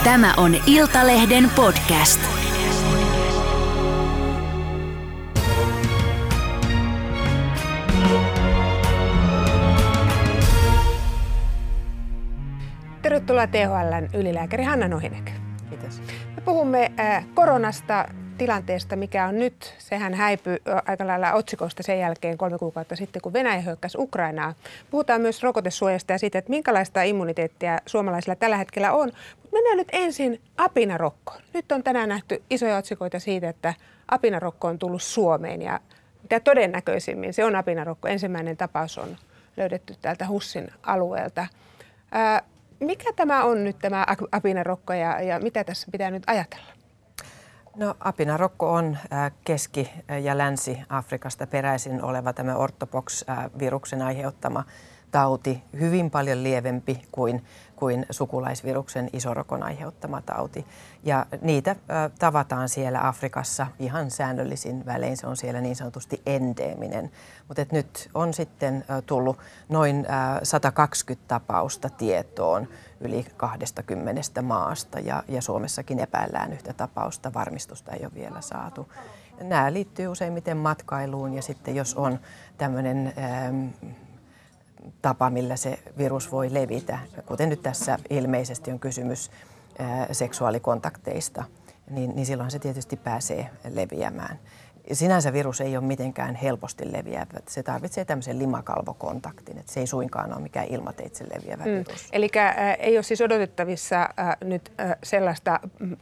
Tämä on Iltalehden podcast. Tervetuloa THL:n ylilääkäri Hanna Nohynek. Kiitos. Me puhumme koronasta, tilanteesta, mikä on nyt. Sehän häipyi aika lailla otsikoista sen jälkeen 3 kuukautta sitten, kun Venäjä hyökkäsi Ukrainaa. Puhutaan myös rokotesuojasta ja siitä, että minkälaista immuniteettia suomalaisilla tällä hetkellä on. Mutta mennään nyt ensin apinarokkoon. Nyt on tänään nähty isoja otsikoita siitä, että apinarokko on tullut Suomeen ja mitä todennäköisimmin se on apinarokko. Ensimmäinen tapaus on löydetty täältä HUSin alueelta. Mikä tämä on nyt tämä apinarokko ja mitä tässä pitää nyt ajatella? No, apinarokko on Keski- ja Länsi-Afrikasta peräisin oleva tämä orthopox-viruksen aiheuttama tauti, hyvin paljon lievempi kuin sukulaisviruksen isorokon aiheuttama tauti. Ja niitä tavataan siellä Afrikassa ihan säännöllisin välein, se on siellä niin sanotusti endeeminen. Mutta nyt on sitten tullut noin 120 tapausta tietoon yli 20 maasta ja Suomessakin epäillään yhtä tapausta, varmistusta ei ole vielä saatu. Nämä liittyy useimmiten matkailuun ja sitten jos on tämmöinen tapa, millä se virus voi levitä, kuten nyt tässä ilmeisesti on kysymys seksuaalikontakteista, niin silloin se tietysti pääsee leviämään. Sinänsä virus ei ole mitenkään helposti leviävä. Se tarvitsee tämmöisen limakalvokontaktin, että se ei suinkaan ole mikään ilmateitse leviävä virus. Eli ei ole siis odotettavissa nyt sellaista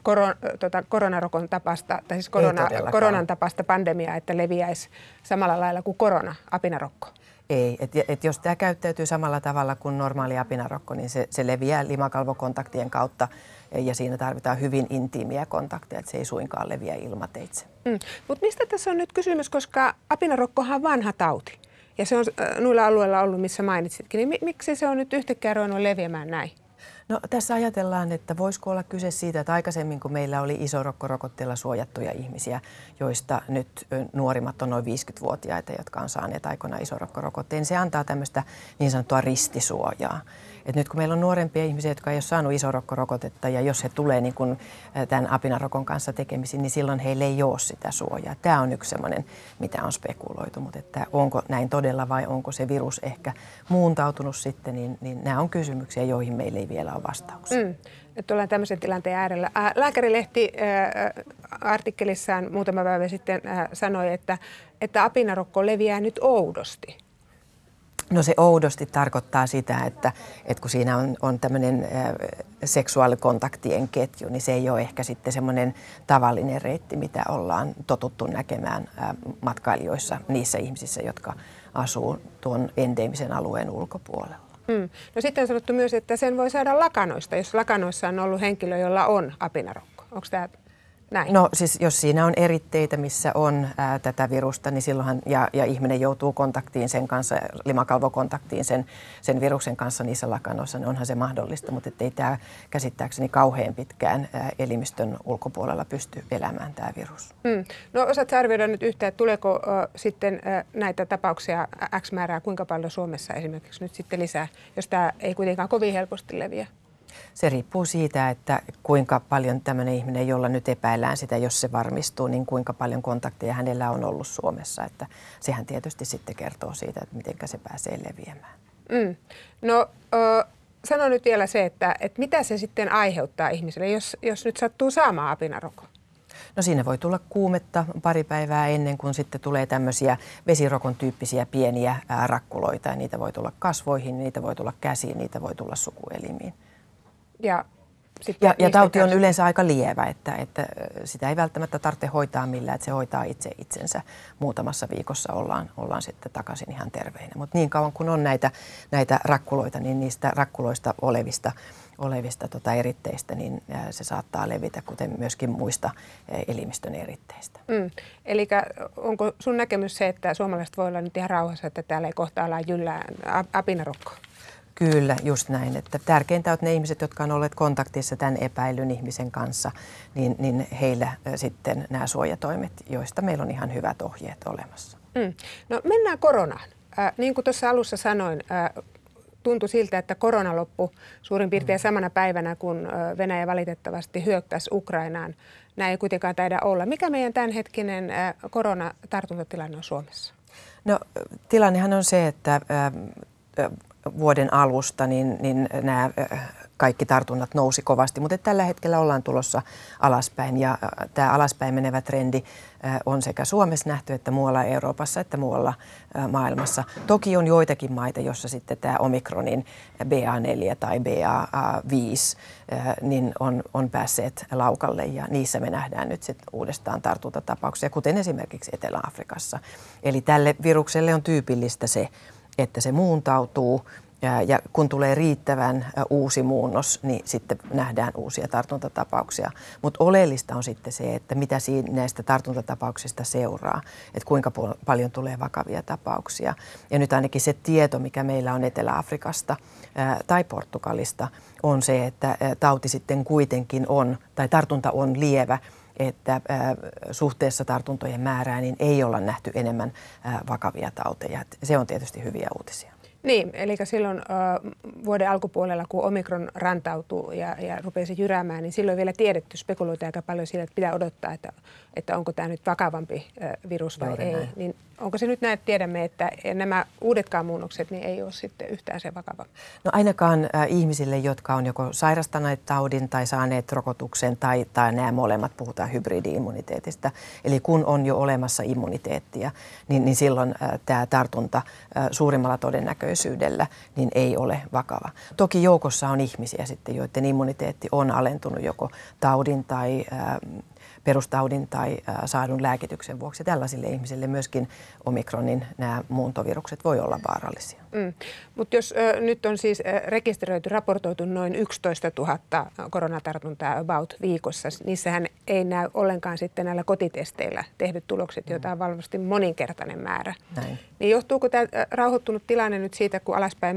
koronarokon tapasta, tai siis koronan tapasta pandemiaa, että leviäisi samalla lailla kuin korona, apinarokko? Ei, että jos tämä käyttäytyy samalla tavalla kuin normaali apinarokko, niin se leviää limakalvokontaktien kautta ja siinä tarvitaan hyvin intiimiä kontakteja, että se ei suinkaan leviä ilmateitse. Mutta mistä tässä on nyt kysymys, koska apinarokkohan on vanha tauti ja se on noilla alueilla ollut, missä mainitsitkin, niin miksi se on nyt yhtäkkiä ruvennut leviämään näin? No, tässä ajatellaan, että voisiko olla kyse siitä, että aikaisemmin kun meillä oli isorokkorokotteella suojattuja ihmisiä, joista nyt nuorimmat on noin 50-vuotiaita, jotka on saaneet aikoinaan isorokkorokotteen, niin se antaa tämmöistä niin sanottua ristisuojaa. Et nyt kun meillä on nuorempia ihmisiä, jotka ei ole saanut isorokkorokotetta ja jos he tulee niin kun tämän apinarokon kanssa tekemisiin, niin silloin heillä ei ole sitä suojaa. Tämä on yksi semmoinen, mitä on spekuloitu, mutta että onko näin todella vai onko se virus ehkä muuntautunut sitten, niin nämä on kysymyksiä, joihin meillä ei vielä ole vastauksia. Nyt ollaan tämmöisen tilanteen äärellä. Lääkärilehti artikkelissaan muutama päivä sitten sanoi, että apinarokko leviää nyt oudosti. No se oudosti tarkoittaa sitä, että kun siinä on tämmöinen seksuaalikontaktien ketju, niin se ei ole ehkä sitten semmoinen tavallinen reitti, mitä ollaan totuttu näkemään matkailijoissa, niissä ihmisissä, jotka asuu tuon endeemisen alueen ulkopuolella. No sitten on sanottu myös, että sen voi saada lakanoista, jos lakanoissa on ollut henkilö, jolla on apinarokko. Onko tämä näin? No siis jos siinä on eritteitä, missä on tätä virusta, niin silloinhan ja ihminen joutuu kontaktiin sen kanssa, limakalvokontaktiin sen viruksen kanssa niissä lakanoissa, niin onhan se mahdollista, mutta ei tämä käsittääkseni kauhean pitkään elimistön ulkopuolella pysty elämään tämä virus. No osaatko arvioida nyt yhtään, että tuleeko sitten näitä tapauksia X määrää, kuinka paljon Suomessa esimerkiksi nyt sitten lisää, jos tämä ei kuitenkaan kovin helposti leviä? Se riippuu siitä, että kuinka paljon tämmöinen ihminen, jolla nyt epäillään sitä, jos se varmistuu, niin kuinka paljon kontakteja hänellä on ollut Suomessa. Että sehän tietysti sitten kertoo siitä, että miten se pääsee leviämään. No sano nyt vielä se, että mitä se sitten aiheuttaa ihmiselle, jos nyt sattuu saamaan apinarokon? No siinä voi tulla kuumetta pari päivää ennen kuin sitten tulee tämmöisiä vesirokon tyyppisiä pieniä rakkuloita. Ja niitä voi tulla kasvoihin, niitä voi tulla käsiin, niitä voi tulla sukuelimiin. Ja tauti on yleensä aika lievä, että sitä ei välttämättä tarvitse hoitaa millään, että se hoitaa itsensä. Muutamassa viikossa ollaan sitten takaisin ihan terveinä. Mutta niin kauan kun on näitä rakkuloita, niin niistä rakkuloista olevista eritteistä, niin se saattaa levitä, kuten myöskin muista elimistön eritteistä. Eli onko sun näkemys se, että suomalaiset voi olla nyt ihan rauhassa, että täällä ei kohta ala jyllää apinarokkoa? Kyllä, just näin. Että tärkeintä on, että ne ihmiset, jotka on olleet kontaktissa tämän epäilyn ihmisen kanssa, niin heillä sitten nämä suojatoimet, joista meillä on ihan hyvät ohjeet olemassa. No mennään koronaan. Niin kuin tuossa alussa sanoin, tuntui siltä, että korona loppui suurin piirtein samana päivänä, kun Venäjä valitettavasti hyökkäsi Ukrainaan. Näin ei kuitenkaan taida olla. Mikä meidän tämänhetkinen koronatartuntatilanne on Suomessa? No, tilannehan on se, että vuoden alusta niin nämä kaikki tartunnat nousi kovasti, mutta tällä hetkellä ollaan tulossa alaspäin ja tämä alaspäin menevä trendi on sekä Suomessa nähty että muualla Euroopassa että muualla maailmassa. Toki on joitakin maita, jossa sitten tämä omikronin BA4 tai BA5 niin on päässeet laukalle ja niissä me nähdään nyt sitten uudestaan tartuntatapauksia, kuten esimerkiksi Etelä-Afrikassa. Eli tälle virukselle on tyypillistä se, että se muuntautuu ja kun tulee riittävän uusi muunnos, niin sitten nähdään uusia tartuntatapauksia. Mutta oleellista on sitten se, että mitä näistä tartuntatapauksista seuraa, että kuinka paljon tulee vakavia tapauksia. Ja nyt ainakin se tieto, mikä meillä on Etelä-Afrikasta tai Portugalista, on se, että tauti sitten kuitenkin on, tai tartunta on lievä, että suhteessa tartuntojen määrään niin ei olla nähty enemmän vakavia tauteja. Se on tietysti hyviä uutisia. Niin, eli silloin vuoden alkupuolella, kun omikron rantautui ja rupesi jyräämään, niin silloin vielä tiedetty, spekuloitiin aika paljon siitä, että pitää odottaa, että onko tämä nyt vakavampi virus vai ei. Näin. Niin onko se nyt näin, että tiedämme, että nämä uudetkaan muunnokset niin ei ole sitten yhtään se vakava? No ainakaan ihmisille, jotka on joko sairastaneet taudin tai saaneet rokotuksen tai nämä molemmat, puhutaan hybridi-immuniteetista. Eli kun on jo olemassa immuniteettia, niin silloin tämä tartunta suurimmalla todennäköisyydellä niin ei ole vakava. Toki joukossa on ihmisiä sitten, joiden immuniteetti on alentunut joko taudin tai perustaudin tai saadun lääkityksen vuoksi. Tällaisille ihmisille myöskin omikronin nämä muuntovirukset voi olla vaarallisia. Mutta jos nyt on siis rekisteröity, raportoitu noin 11 000 koronatartuntaa about viikossa, niissähän ei näy ollenkaan sitten näillä kotitesteillä tehdyt tulokset, joita on valvasti moninkertainen määrä. Näin. Niin johtuuko tämä rauhoittunut tilanne nyt siitä, kun alaspäin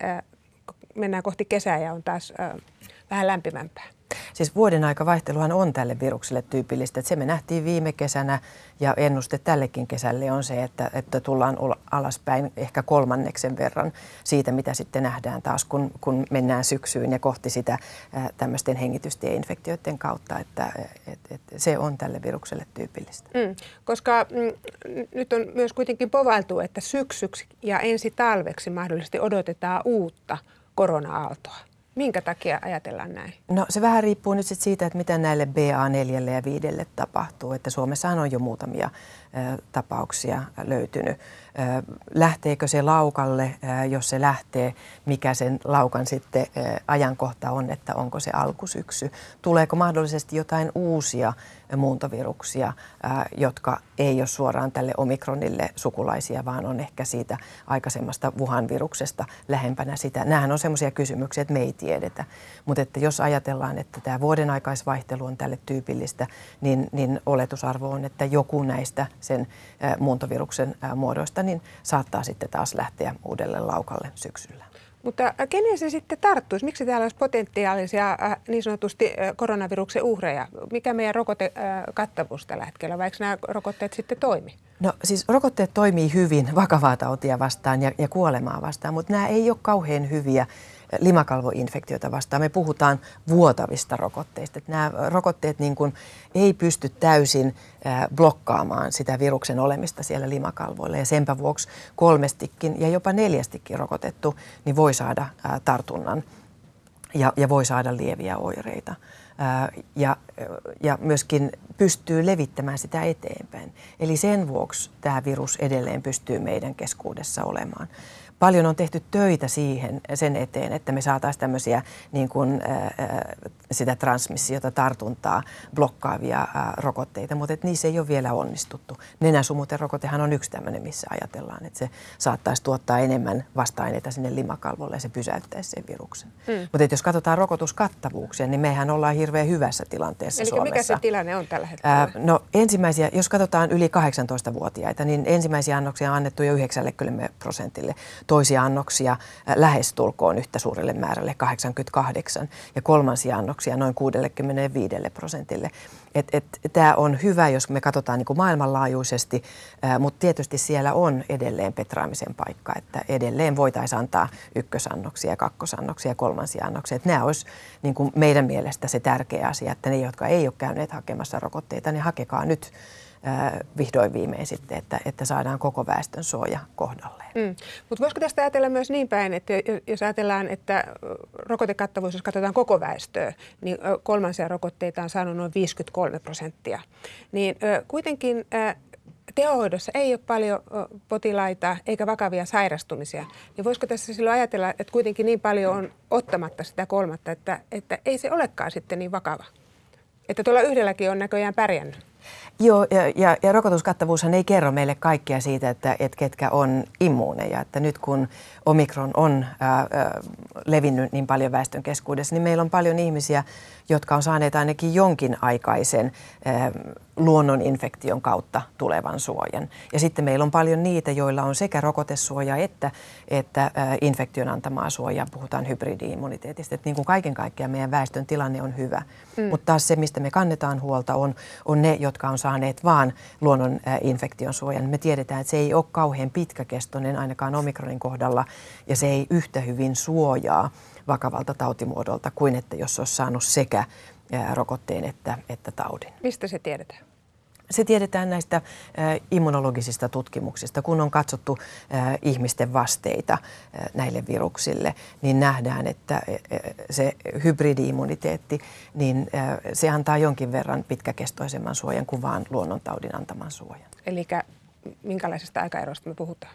mennään kohti kesää ja on taas vähän lämpimämpää? Siis vuoden aikavaihteluhan on tälle virukselle tyypillistä. Että se me nähtiin viime kesänä ja ennuste tällekin kesälle on se, että tullaan alaspäin ehkä kolmanneksen verran siitä, mitä sitten nähdään taas, kun mennään syksyyn ja kohti sitä tämmöisten hengitystieinfektioiden kautta, että se on tälle virukselle tyypillistä. Koska nyt on myös kuitenkin povailtu, että syksyksi ja ensi talveksi mahdollisesti odotetaan uutta korona-aaltoa. Minkä takia ajatellaan näin? No se vähän riippuu nyt sit siitä, että mitä näille BA4 ja 5 tapahtuu. Että Suomessahan on jo muutamia tapauksia löytynyt. Lähteekö se laukalle, jos se lähtee, mikä sen laukan sitten ajankohta on, että onko se alkusyksy. Tuleeko mahdollisesti jotain uusia muuntoviruksia, jotka ei ole suoraan tälle omikronille sukulaisia, vaan on ehkä siitä aikaisemmasta Wuhan-viruksesta lähempänä sitä. Nämähän on semmoisia kysymyksiä, että me ei tiedetä. Mutta että jos ajatellaan, että tämä vuoden aikaisvaihtelu on tälle tyypillistä, niin oletusarvo on, että joku näistä sen muuntoviruksen muodoista niin saattaa sitten taas lähteä uudelle laukalle syksyllä. Mutta kenen se sitten tarttuisi? Miksi täällä olisi potentiaalisia niin sanotusti koronaviruksen uhreja? Mikä meidän rokotekattavuus tällä hetkellä, vaikka nämä rokotteet sitten toimi? No siis rokotteet toimii hyvin vakavaa tautia vastaan ja kuolemaa vastaan, mutta nämä ei ole kauhean hyviä limakalvoinfektioita vastaan. Me puhutaan vuotavista rokotteista. Nämä rokotteet niin kuin ei pysty täysin blokkaamaan sitä viruksen olemista siellä limakalvoilla ja senpä vuoksi 3 ja jopa 4 rokotettu niin voi saada tartunnan ja voi saada lieviä oireita. Ja myöskin pystyy levittämään sitä eteenpäin. Eli sen vuoksi tämä virus edelleen pystyy meidän keskuudessa olemaan. Paljon on tehty töitä sen eteen, että me saataisiin tämmöisiä niin kuin, sitä transmissiota, tartuntaa blokkaavia rokotteita, mutta niissä ei ole vielä onnistuttu. Nenäsumuterokotehan on yksi tämmöinen, missä ajatellaan, että se saattaisi tuottaa enemmän vasta-aineita sinne limakalvolle ja se pysäyttäisi sen viruksen. Mutta jos katsotaan rokotuskattavuuksia, niin mehän ollaan hirveän hyvässä tilanteessa Eli Suomessa. Mikä se tilanne on tällä hetkellä? No jos katsotaan yli 18-vuotiaita, niin ensimmäisiä annoksia on annettu jo 90%. toisia annoksia lähestulkoon yhtä suurelle määrälle 88 ja kolmansia annoksia noin 65%. Tämä on hyvä, jos me katsotaan niin kuin maailmanlaajuisesti, mutta tietysti siellä on edelleen petraamisen paikka, että edelleen voitaisiin antaa ykkösannoksia, kakkosannoksia ja kolmansia annoksia. Että nämä olisi niin kuin meidän mielestä se tärkeä asia, että ne, jotka ei ole käyneet hakemassa rokotteita, niin hakekaa nyt vihdoin viimein sitten, että saadaan koko väestön suoja kohdalleen. Mutta voisiko tästä ajatella myös niin päin, että jos ajatellaan, että rokotekattavuus, jos katsotaan koko väestöä, niin kolmansia rokotteita on saanut noin 53%. Niin kuitenkin tehohoidossa ei ole paljon potilaita eikä vakavia sairastumisia. Niin voisiko tässä silloin ajatella, että kuitenkin niin paljon on ottamatta sitä kolmatta, että ei se olekaan sitten niin vakava? Että tuolla yhdelläkin on näköjään pärjännyt. Joo, ja rokotuskattavuushan ei kerro meille kaikkea siitä, että ketkä on immuuneja. Että nyt kun omikron on levinnyt niin paljon väestön keskuudessa, niin meillä on paljon ihmisiä, jotka on saaneet ainakin jonkin aikaisen luonnoninfektion kautta tulevan suojan. Ja sitten meillä on paljon niitä, joilla on sekä rokotesuoja että infektion antamaa suojaa. Puhutaan hybridi-immuniteetista. Että niin kuin kaiken kaikkiaan meidän väestön tilanne on hyvä. Mutta taas se, mistä me kannetaan huolta, on ne, jotka on saaneet vaan luonnon infektion suojan. Me tiedetään, että se ei ole kauhean pitkäkestoinen ainakaan omikronin kohdalla ja se ei yhtä hyvin suojaa vakavalta tautimuodolta kuin että jos olisi saanut sekä rokotteen että taudin. Mistä se tiedetään? Se tiedetään näistä immunologisista tutkimuksista. Kun on katsottu ihmisten vasteita näille viruksille, niin nähdään, että se hybridi-immuniteetti, niin se antaa jonkin verran pitkäkestoisemman suojan kuin vaan luonnontaudin antaman suojan. Eli minkälaisesta aikaerosta me puhutaan?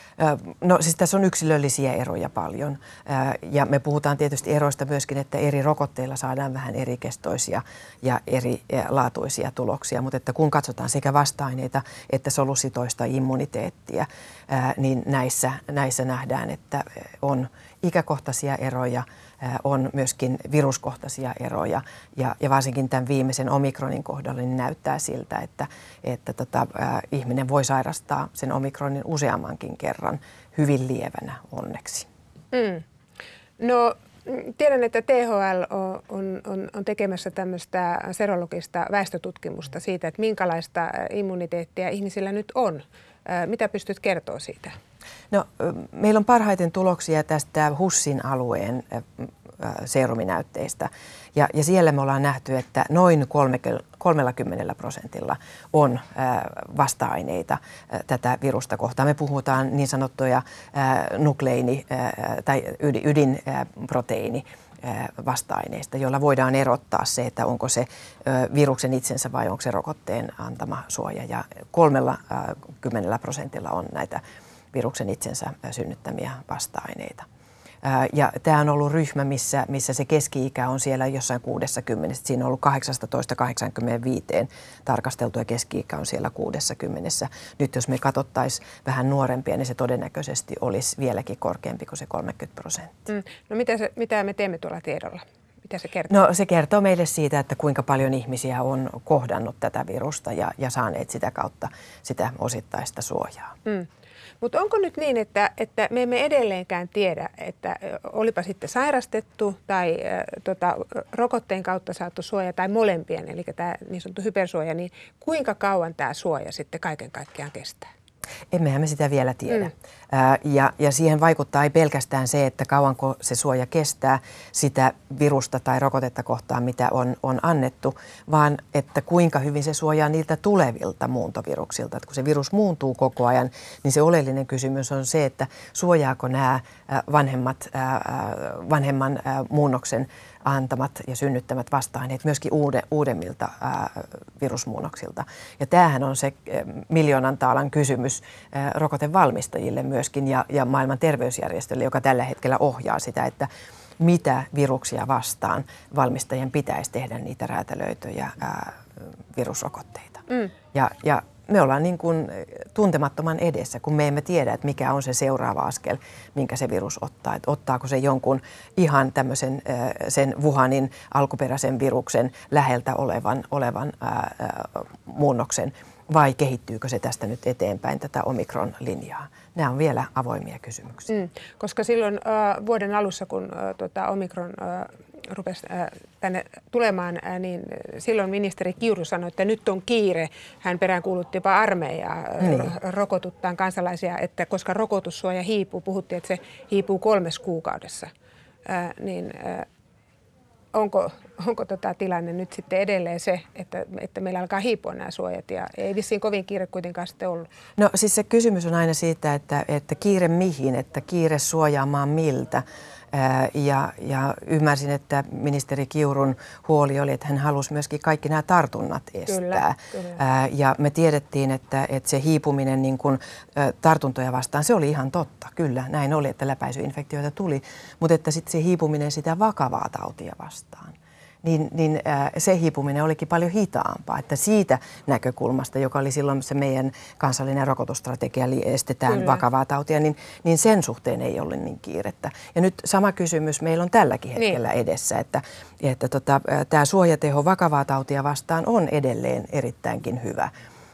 No siis tässä on yksilöllisiä eroja paljon ja me puhutaan tietysti eroista myöskin, että eri rokotteilla saadaan vähän erikestoisia ja erilaatuisia tuloksia, mutta että kun katsotaan sekä vasta-aineita että solusitoista immuniteettia, niin näissä nähdään, että on ikäkohtaisia eroja, on myöskin viruskohtaisia eroja ja varsinkin tämän viimeisen omikronin kohdalla niin näyttää siltä, että ihminen voi sairastaa sen omikronin useammankin kerran hyvin lievänä onneksi. No tiedän, että THL on tekemässä tämmöistä serologista väestötutkimusta siitä, että minkälaista immuniteettia ihmisillä nyt on. Mitä pystyt kertoa siitä? No, meillä on parhaiten tuloksia tästä HUSin alueen seeruminäytteistä ja siellä me ollaan nähty, että noin 30% on vasta-aineita tätä virusta kohtaan. Me puhutaan niin sanottuja nukleini- tai ydinproteiini vasta-aineista, joilla voidaan erottaa se, että onko se viruksen itsensä vai onko se rokotteen antama suoja. Ja 30% on näitä viruksen itsensä synnyttämiä vasta-aineita. Ja tämä on ollut ryhmä, missä se keski-ikä on siellä jossain 60. Siinä on ollut 18-85 tarkasteltu ja keski-ikä on siellä 60. Nyt jos me katsottaisiin vähän nuorempia, niin se todennäköisesti olisi vieläkin korkeampi kuin se 30%. No mitä me teemme tuolla tiedolla? Mitä se kertoo? No se kertoo meille siitä, että kuinka paljon ihmisiä on kohdannut tätä virusta ja saaneet sitä kautta sitä osittaista suojaa. Mutta onko nyt niin, että me emme edelleenkään tiedä, että olipa sitten sairastettu tai rokotteen kautta saatu suoja tai molempien, eli tämä niin sanottu hypersuoja, niin kuinka kauan tämä suoja sitten kaiken kaikkiaan kestää? Emmehän me sitä vielä tiedä. Ja siihen vaikuttaa ei pelkästään se, että kauanko se suoja kestää sitä virusta tai rokotetta kohtaan, mitä on annettu, vaan että kuinka hyvin se suojaa niiltä tulevilta muuntoviruksilta. Että kun se virus muuntuu koko ajan, niin se oleellinen kysymys on se, että suojaako nämä vanhemman muunnoksen antamat ja synnyttämät vasta-aineet myöskin uudemmilta virusmuunnoksilta. Ja tämähän on se miljoonan taalan kysymys rokotevalmistajille myöskin ja maailman terveysjärjestölle, joka tällä hetkellä ohjaa sitä, että mitä viruksia vastaan valmistajien pitäisi tehdä niitä räätälöityjä virusrokotteita. Ja me ollaan niin kuin tuntemattoman edessä, kun me emme tiedä, että mikä on se seuraava askel, minkä se virus ottaa. Että ottaako se jonkun ihan tämmöisen sen Wuhanin alkuperäisen viruksen läheltä olevan muunnoksen vai kehittyykö se tästä nyt eteenpäin tätä omikron-linjaa? Nämä on vielä avoimia kysymyksiä. Koska silloin vuoden alussa, kun omikron rupesi tänne tulemaan, niin silloin ministeri Kiuru sanoi, että nyt on kiire. Hän peräänkuulutti jopa armeijaa rokotuttaan kansalaisia, että koska rokotussuoja hiipuu, puhuttiin, että se hiipuu 3 kuukaudessa, onko tilanne nyt sitten edelleen se, että meillä alkaa hiipua nämä suojat ja ei vissiin kovin kiire kuitenkaan sitten ollut? No siis se kysymys on aina siitä, että kiire mihin, että kiire suojaamaan miltä. Ja ymmärsin, että ministeri Kiurun huoli oli, että hän halusi myöskin kaikki nämä tartunnat estää. Kyllä. Ja me tiedettiin, että se hiipuminen niin kuin tartuntoja vastaan, se oli ihan totta. Kyllä, näin oli, että läpäisyinfektioita tuli, mutta että sitten se hiipuminen sitä vakavaa tautia vastaan. Niin se hiipuminen olikin paljon hitaampaa, että siitä näkökulmasta, joka oli silloin se meidän kansallinen rokotusstrategia, eli estetään vakavaa tautia, niin sen suhteen ei ollut niin kiirettä. Ja nyt sama kysymys meillä on tälläkin hetkellä edessä, että tämä suojateho vakavaa tautia vastaan on edelleen erittäinkin hyvä.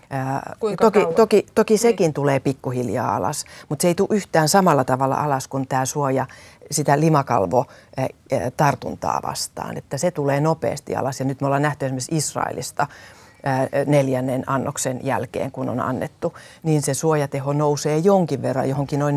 Toki sekin tulee pikkuhiljaa alas, mutta se ei tule yhtään samalla tavalla alas kuin tämä suoja sitä limakalvotartuntaa vastaan, että se tulee nopeasti alas. Ja nyt me ollaan nähty esimerkiksi Israelista 4. annoksen jälkeen, kun on annettu, niin se suojateho nousee jonkin verran, johonkin noin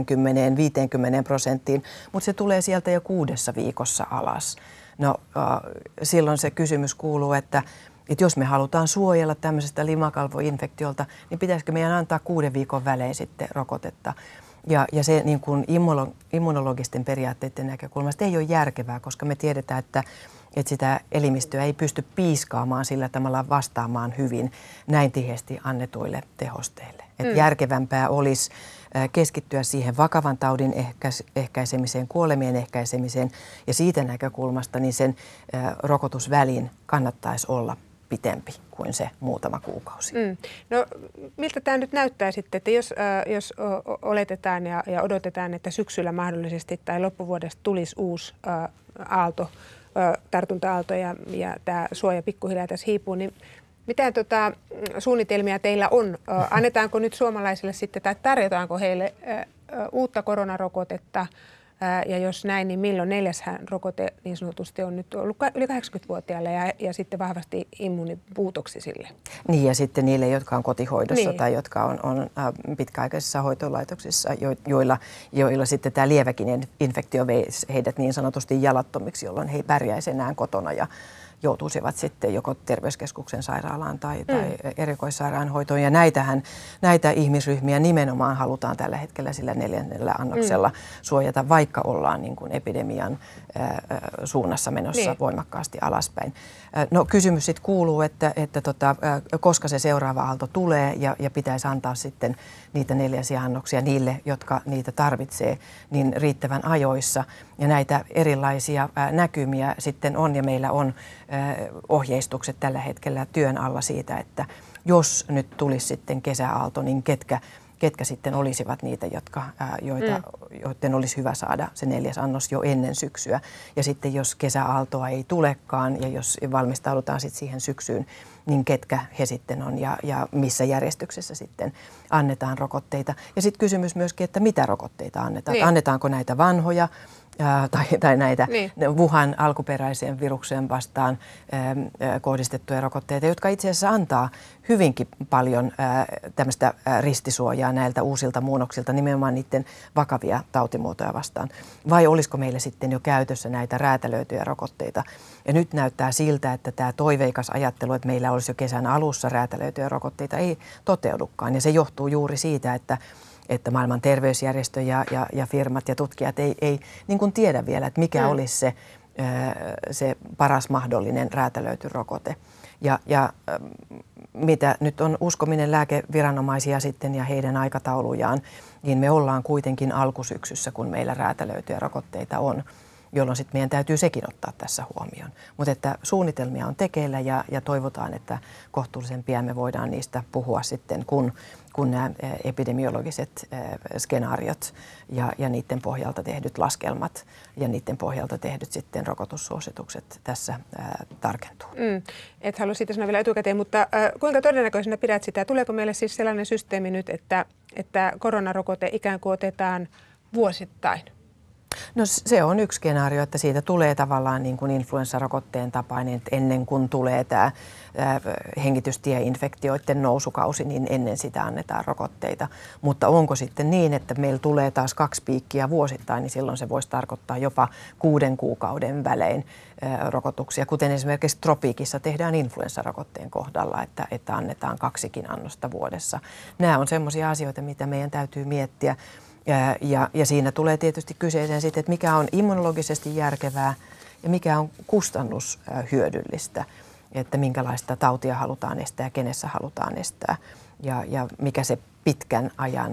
40–50%, mutta se tulee sieltä jo 6 viikossa alas. No silloin se kysymys kuuluu, että jos me halutaan suojella tämmöisestä limakalvoinfektiolta, niin pitäisikö meidän antaa 6 viikon välein sitten rokotetta? Ja se niin kuin immunologisten periaatteiden näkökulmasta ei ole järkevää, koska me tiedetään, että sitä elimistöä ei pysty piiskaamaan sillä tavalla vastaamaan hyvin näin tiheästi annetuille tehosteille. Järkevämpää olisi keskittyä siihen vakavan taudin ehkäisemiseen, kuolemien ehkäisemiseen ja siitä näkökulmasta niin sen rokotusvälin kannattaisi olla pitempi kuin se muutama kuukausi. No miltä tämä nyt näyttää sitten, että jos oletetaan ja odotetaan, että syksyllä mahdollisesti tai loppuvuodesta tulisi uusi aalto, tartunta-aalto ja tämä suoja pikkuhiljaa tässä hiipuu, niin mitä suunnitelmia teillä on? Annetaanko nyt suomalaisille sitten tai tarjotaanko heille uutta koronarokotetta? Ja jos näin, niin milloin 4. rokote niin sanotusti on nyt ollut yli 80-vuotiaille ja sitten vahvasti immuunipuutoksisille? Niin ja sitten niille, jotka on kotihoidossa tai jotka on pitkäaikaisissa hoitolaitoksissa, joilla sitten tämä lieväkin infektio vei heidät niin sanotusti jalattomiksi, jolloin he ei pärjäisi enää kotona ja joutuisivat sitten joko terveyskeskuksen sairaalaan tai erikoissairaanhoitoon. Ja näitä ihmisryhmiä nimenomaan halutaan tällä hetkellä sillä 4. annoksella suojata, vaikka ollaan niin kuin epidemian suunnassa menossa voimakkaasti alaspäin. No kysymys sitten kuuluu, että koska se seuraava aalto tulee ja pitäisi antaa sitten niitä 4. annoksia niille, jotka niitä tarvitsee, niin riittävän ajoissa. Ja näitä erilaisia näkymiä sitten on ja meillä on ohjeistukset tällä hetkellä työn alla siitä, että jos nyt tulisi sitten kesäaalto, niin ketkä sitten olisivat niitä, joiden olisi hyvä saada se 4. annos jo ennen syksyä. Ja sitten jos kesäaaltoa ei tulekaan ja jos valmistaudutaan sitten siihen syksyyn, niin ketkä he sitten on ja missä järjestyksessä sitten annetaan rokotteita. Ja sitten kysymys myöskin, että mitä rokotteita annetaan. Niin. Annetaanko näitä vanhoja tai näitä Wuhan alkuperäiseen virukseen vastaan kohdistettuja rokotteita, jotka itse asiassa antaa hyvinkin paljon tämmöistä ristisuojaa näiltä uusilta muunnoksilta, nimenomaan niiden vakavia tautimuotoja vastaan. Vai olisiko meillä sitten jo käytössä näitä räätälöityjä rokotteita? Ja nyt näyttää siltä, että tämä toiveikas ajattelu, että meillä olisi jo kesän alussa räätälöityjä rokotteita, ei toteudukaan. Ja se johtuu juuri siitä, että maailman terveysjärjestö ja firmat ja tutkijat ei niin kuin tiedä vielä, että mikä olisi se paras mahdollinen räätälöity rokote. Ja mitä nyt on uskominen lääkeviranomaisia sitten ja heidän aikataulujaan, niin me ollaan kuitenkin alkusyksyssä, kun meillä räätälöityjä rokotteita on. jolloin sitten meidän täytyy sekin ottaa tässä huomioon. Mutta että suunnitelmia on tekeillä ja toivotaan, että kohtuullisen pian me voidaan niistä puhua sitten, kun nämä epidemiologiset skenaariot ja niiden pohjalta tehdyt laskelmat ja niiden pohjalta tehdyt sitten rokotussuositukset tässä tarkentuu. Et halua siitä sanoa vielä etukäteen, mutta kuinka todennäköisenä pidät sitä? Tuleeko meille siis sellainen systeemi nyt, että koronarokote ikään kuin otetaan vuosittain? No se on yksi skenaario, että siitä tulee tavallaan niin kuin influenssarokotteen tapainen, että ennen kuin tulee tämä hengitystieinfektioiden nousukausi, niin ennen sitä annetaan rokotteita. Mutta onko sitten niin, että meillä tulee taas 2 piikkiä vuosittain, niin silloin se voisi tarkoittaa jopa 6 kuukauden välein rokotuksia, kuten esimerkiksi tropiikissa tehdään influenssarokotteen kohdalla, että annetaan 2 annosta vuodessa. Nämä on sellaisia asioita, mitä meidän täytyy miettiä. Ja siinä tulee tietysti kyseeseen sitten, että mikä on immunologisesti järkevää ja mikä on kustannushyödyllistä, että minkälaista tautia halutaan estää ja kenessä halutaan estää ja mikä se pitkän ajan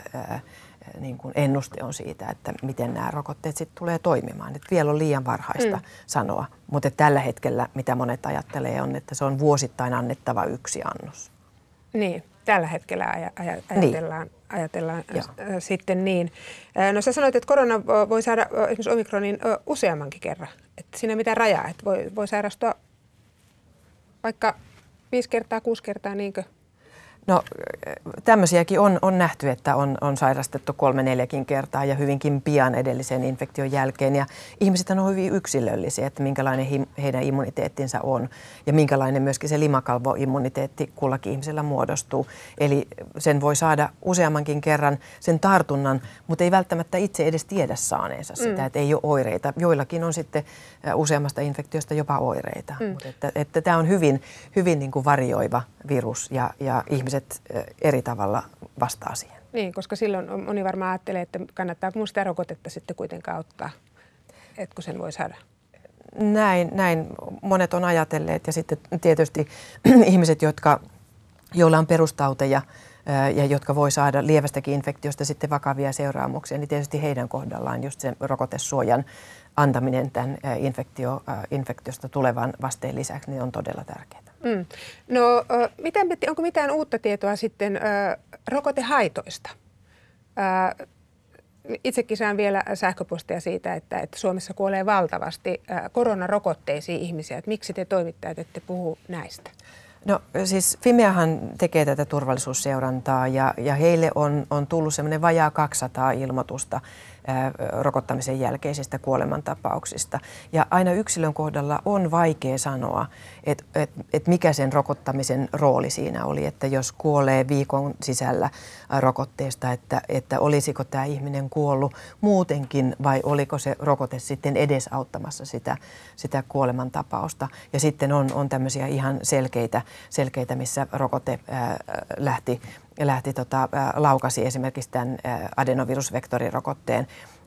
niin kuin ennuste on siitä, että miten nämä rokotteet sitten tulee toimimaan. Et vielä on liian varhaista sanoa, mutta tällä hetkellä mitä monet ajattelee on, että se on vuosittain annettava 1 annos. Niin, tällä hetkellä ajatellaan sitten niin. No sä sanoit, että korona voi saada esimerkiksi omikronin useammankin kerran. Että siinä ei mitään rajaa, että voi sairastua vaikka 5 kertaa, 6 kertaa, niinkö? No tämmöisiäkin on nähty, että on sairastettu 3-4 kertaa ja hyvinkin pian edellisen infektion jälkeen. Ja ihmiset on hyvin yksilöllisiä, että minkälainen heidän immuniteettinsa on ja minkälainen myöskin se limakalvoimmuniteetti kullakin ihmisellä muodostuu. Eli sen voi saada useammankin kerran sen tartunnan, mutta ei välttämättä itse edes tiedä saaneensa sitä, että ei ole oireita. Joillakin on sitten useammasta infektiosta jopa oireita. Mutta että tämä on hyvin niin kuin varioiva virus ja ihmiset eri tavalla vastaa siihen. Niin, koska silloin moni varmaan ajattelee, että kannattaako mun sitä rokotetta sitten kuitenkaan ottaa, että kun sen voi saada. Näin monet on ajatelleet ja sitten tietysti ihmiset, joilla on perustauteja ja jotka voi saada lievästäkin infektiosta sitten vakavia seuraamuksia, niin tietysti heidän kohdallaan just sen rokotesuojan antaminen tämän infektiosta tulevan vasteen lisäksi niin on todella tärkeää. No, onko mitään uutta tietoa sitten rokotehaitoista? Itsekin saan vielä sähköpostia siitä, että Suomessa kuolee valtavasti koronarokotteisiin ihmisiä. Että miksi te toimittajat ette puhu näistä? No siis Fimeahan tekee tätä turvallisuusseurantaa ja heille on tullut semmoinen vajaa 200 ilmoitusta rokottamisen jälkeisistä kuolemantapauksista. Ja aina yksilön kohdalla on vaikea sanoa, että mikä sen rokottamisen rooli siinä oli, että jos kuolee viikon sisällä rokotteesta, että olisiko tämä ihminen kuollut muutenkin vai oliko se rokote sitten edesauttamassa sitä kuolemantapausta. Ja sitten on tämmöisiä ihan selkeitä missä rokote laukasi esimerkiksi tämän adenovirusvektorirokotteen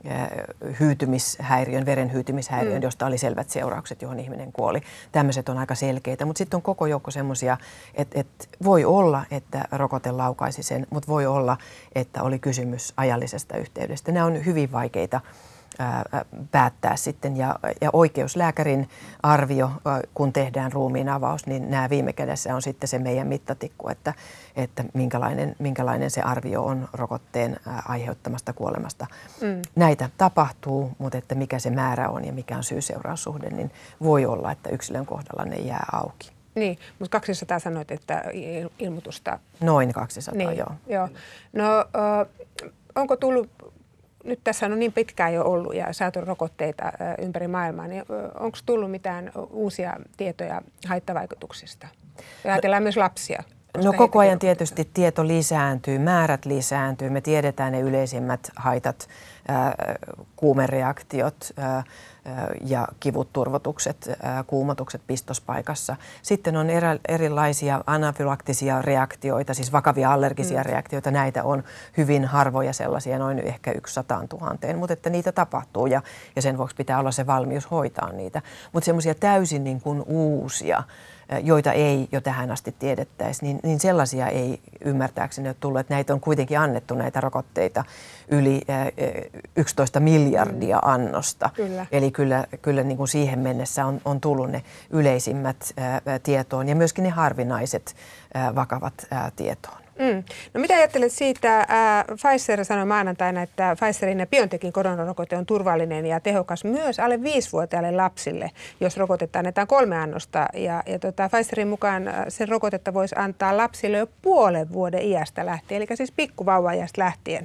veren hyytymishäiriön, josta oli selvät seuraukset, johon ihminen kuoli. Tämmöiset on aika selkeitä, mutta sitten on koko joukko semmoisia, että voi olla, että rokote laukaisi sen, mutta voi olla, että oli kysymys ajallisesta yhteydestä. Nämä on hyvin vaikeita päättää sitten ja oikeuslääkärin arvio, kun tehdään ruumiin avaus, niin nämä viime kädessä on sitten se meidän mittatikku, että minkälainen se arvio on rokotteen aiheuttamasta kuolemasta. Näitä tapahtuu, mutta että mikä se määrä on ja mikä on syy-seuraussuhde, niin voi olla, että yksilön kohdalla ne jää auki. Niin, mutta 200 sanoit, että ilmoitusta. Noin 200, niin, joo. No onko tullut, nyt tässä on niin pitkään jo ollut ja saatu rokotteita ympäri maailmaa, niin onko tullut mitään uusia tietoja haittavaikutuksista? Ja ajatellaan myös lapsia. No koko ajan tietysti tieto lisääntyy, määrät lisääntyy, me tiedetään ne yleisimmät haitat, kuumereaktiot ja kivut, turvotukset, kuumotukset pistospaikassa. Sitten on erilaisia anafylaktisia reaktioita, siis vakavia allergisia reaktioita. Näitä on hyvin harvoja sellaisia, noin ehkä 100 000, mutta että niitä tapahtuu ja sen vuoksi pitää olla se valmius hoitaa niitä. Mutta semmoisia täysin niin kuin uusia joita ei jo tähän asti tiedettäisi, niin sellaisia ei ymmärtääkseni ole tullut. Että näitä on kuitenkin annettu näitä rokotteita yli 11 miljardia annosta. Kyllä. Eli kyllä niin kuin siihen mennessä on tullut ne yleisimmät tietoon ja myöskin ne harvinaiset vakavat tietoon. No mitä ajattelet siitä? Pfizer sanoi maanantaina, että Pfizerin ja BioNTechin koronarokote on turvallinen ja tehokas myös alle 5-vuotiaille lapsille, jos rokotetta annetaan 3 annosta. Ja Pfizerin mukaan sen rokotetta voisi antaa lapsille jo puolen vuoden iästä lähtien, eli siis pikkuvauva-iästä lähtien.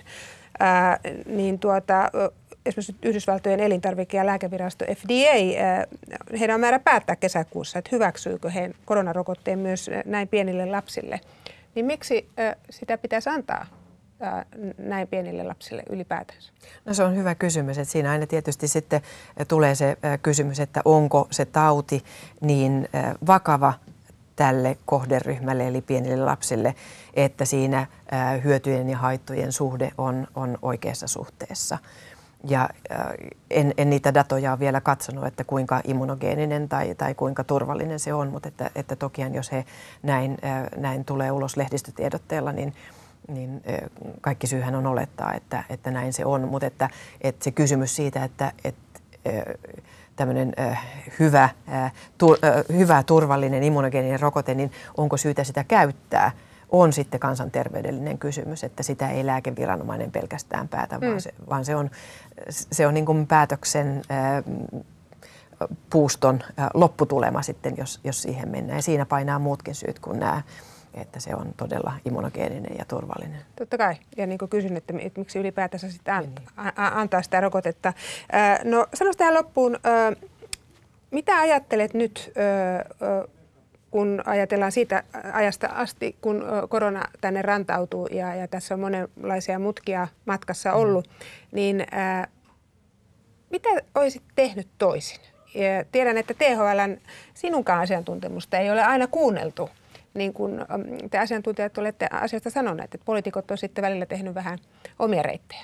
Esimerkiksi Yhdysvaltojen elintarvike- ja lääkevirasto FDA, heidän on määrä päättää kesäkuussa, että hyväksyykö he koronarokotteen myös näin pienille lapsille. Niin miksi sitä pitäisi antaa näin pienille lapsille ylipäätään? No se on hyvä kysymys. Että siinä aina tietysti sitten tulee se kysymys, että onko se tauti niin vakava tälle kohderyhmälle eli pienille lapsille, että siinä hyötyjen ja haittojen suhde on oikeassa suhteessa. Ja en niitä datoja ole vielä katsonut, että kuinka immunogeeninen tai kuinka turvallinen se on, mutta että tokihan jos he näin tulee ulos lehdistötiedotteella, niin kaikki syyhän on olettaa, että näin se on. Mutta että se kysymys siitä, että tämmöinen hyvä turvallinen immunogeeninen rokote, niin onko syytä sitä käyttää, on sitten kansanterveydellinen kysymys, että sitä ei lääkeviranomainen pelkästään päätä, vaan se on niin kuin päätöksen puuston lopputulema sitten, jos siihen mennään. Ja siinä painaa muutkin syyt kuin nämä, että se on todella immunogeeninen ja turvallinen. Totta kai. Ja niin kuin kysyn, että miksi ylipäätänsä sitten antaa sitä rokotetta. No sanoisi tähän loppuun, mitä ajattelet nyt, kun ajatellaan siitä ajasta asti, kun korona tänne rantautuu ja tässä on monenlaisia mutkia matkassa ollut, niin mitä olisit tehnyt toisin? Ja tiedän, että THL:n sinunkaan asiantuntemusta ei ole aina kuunneltu, niin kuin te asiantuntijat olette asiasta sanoneet, että poliitikot on sitten välillä tehnyt vähän omia reittejä.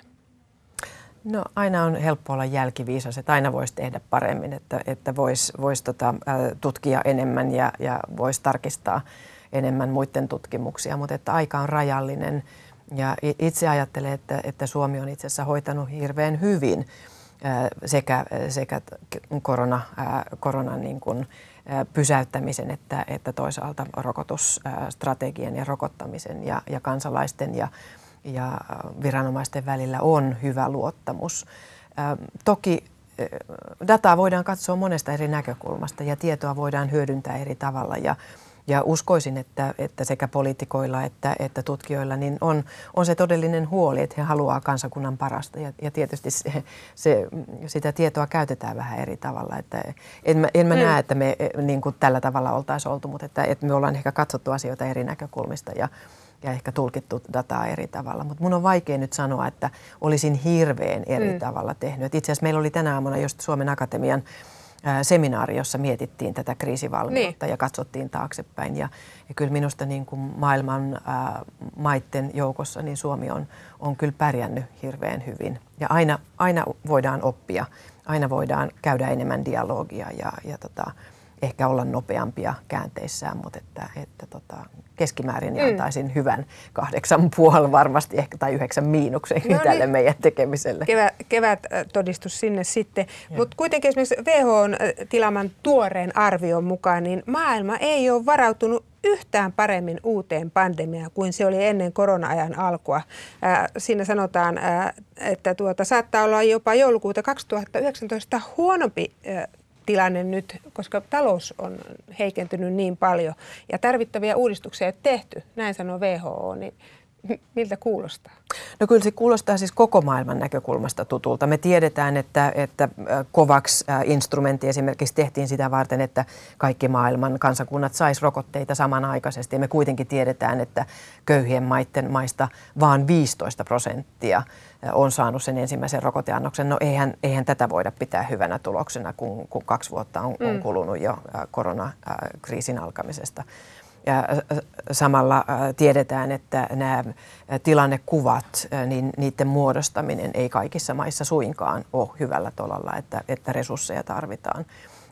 No aina on helppo olla jälkiviisas, että aina voisi tehdä paremmin, että voisi tutkia enemmän ja voisi tarkistaa enemmän muiden tutkimuksia, mutta että aika on rajallinen ja itse ajattelen, että Suomi on itse asiassa hoitanut hirveän hyvin sekä koronan niin kuin pysäyttämisen että toisaalta rokotusstrategian ja rokottamisen ja kansalaisten ja viranomaisten välillä on hyvä luottamus. Toki dataa voidaan katsoa monesta eri näkökulmasta ja tietoa voidaan hyödyntää eri tavalla ja uskoisin, että sekä poliitikoilla että tutkijoilla niin on se todellinen huoli, että he haluaa kansakunnan parasta ja tietysti sitä tietoa käytetään vähän eri tavalla. Että en mä näe, että me niin kuin tällä tavalla oltaisiin oltu, mutta että me ollaan ehkä katsottu asioita eri näkökulmista ja ehkä tulkittu dataa eri tavalla. Mutta mun on vaikea nyt sanoa, että olisin hirveän eri tavalla tehnyt. Et itse asiassa meillä oli tänä aamuna just Suomen Akatemian seminaari, jossa mietittiin tätä kriisivalmiutta ja katsottiin taaksepäin. Ja kyllä minusta niin kuin maailman maiden joukossa niin Suomi on kyllä pärjännyt hirveän hyvin. Ja aina voidaan oppia, aina voidaan käydä enemmän dialogia ja ehkä olla nopeampia käänteissään, mutta että keskimäärin antaisin hyvän 8,5 varmasti ehkä tai 9 miinuksen tälle meidän tekemiselle. Kevät-todistus sinne sitten. Mutta kuitenkin esimerkiksi WHO:n tilaaman tuoreen arvion mukaan, niin maailma ei ole varautunut yhtään paremmin uuteen pandemiaan kuin se oli ennen korona-ajan alkua. Siinä sanotaan, että saattaa olla jopa joulukuuta 2019 huonompi tilanne nyt, koska talous on heikentynyt niin paljon ja tarvittavia uudistuksia ei ole tehty, näin sanoo WHO, niin miltä kuulostaa? No kyllä se kuulostaa siis koko maailman näkökulmasta tutulta. Me tiedetään, että COVAX-instrumentti esimerkiksi tehtiin sitä varten, että kaikki maailman kansakunnat sais rokotteita samanaikaisesti. Ja me kuitenkin tiedetään, että köyhien maista vaan 15% on saanut sen ensimmäisen rokoteannoksen. No eihän tätä voida pitää hyvänä tuloksena, kun 2 vuotta on kulunut jo koronakriisin alkamisesta. Ja samalla tiedetään, että nämä tilannekuvat, niin niiden muodostaminen ei kaikissa maissa suinkaan ole hyvällä tolalla, että resursseja tarvitaan.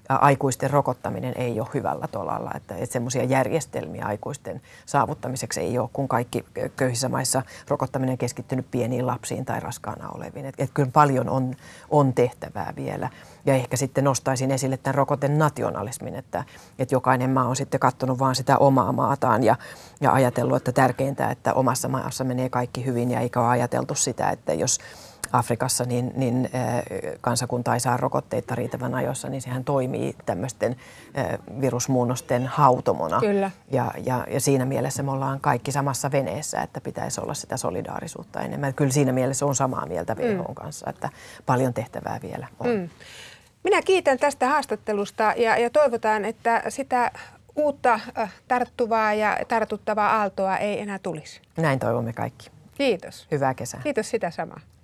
aikuisten rokottaminen ei ole hyvällä tolalla, että semmoisia järjestelmiä aikuisten saavuttamiseksi ei ole, kun kaikki köyhissä maissa rokottaminen on keskittynyt pieniin lapsiin tai raskaana oleviin. Että kyllä paljon on tehtävää vielä. Ja ehkä sitten nostaisin esille tämän rokotenationalismin, että jokainen maa on sitten katsonut vaan sitä omaa maataan ja ajatellut, että tärkeintä, että omassa maassa menee kaikki hyvin ja eikä ole ajateltu sitä, että jos Afrikassa niin kansakunta ei saa rokotteita riittävän ajoissa, niin sehän toimii tämmöisten virusmuunnosten hautomona. Kyllä. Ja siinä mielessä me ollaan kaikki samassa veneessä, että pitäisi olla sitä solidaarisuutta enemmän. Kyllä siinä mielessä on samaa mieltä WHO:n kanssa, että paljon tehtävää vielä on. Minä kiitän tästä haastattelusta ja toivotaan, että sitä uutta tarttuvaa ja tartuttavaa aaltoa ei enää tulisi. Näin toivomme kaikki. Kiitos. Hyvää kesää. Kiitos sitä samaa.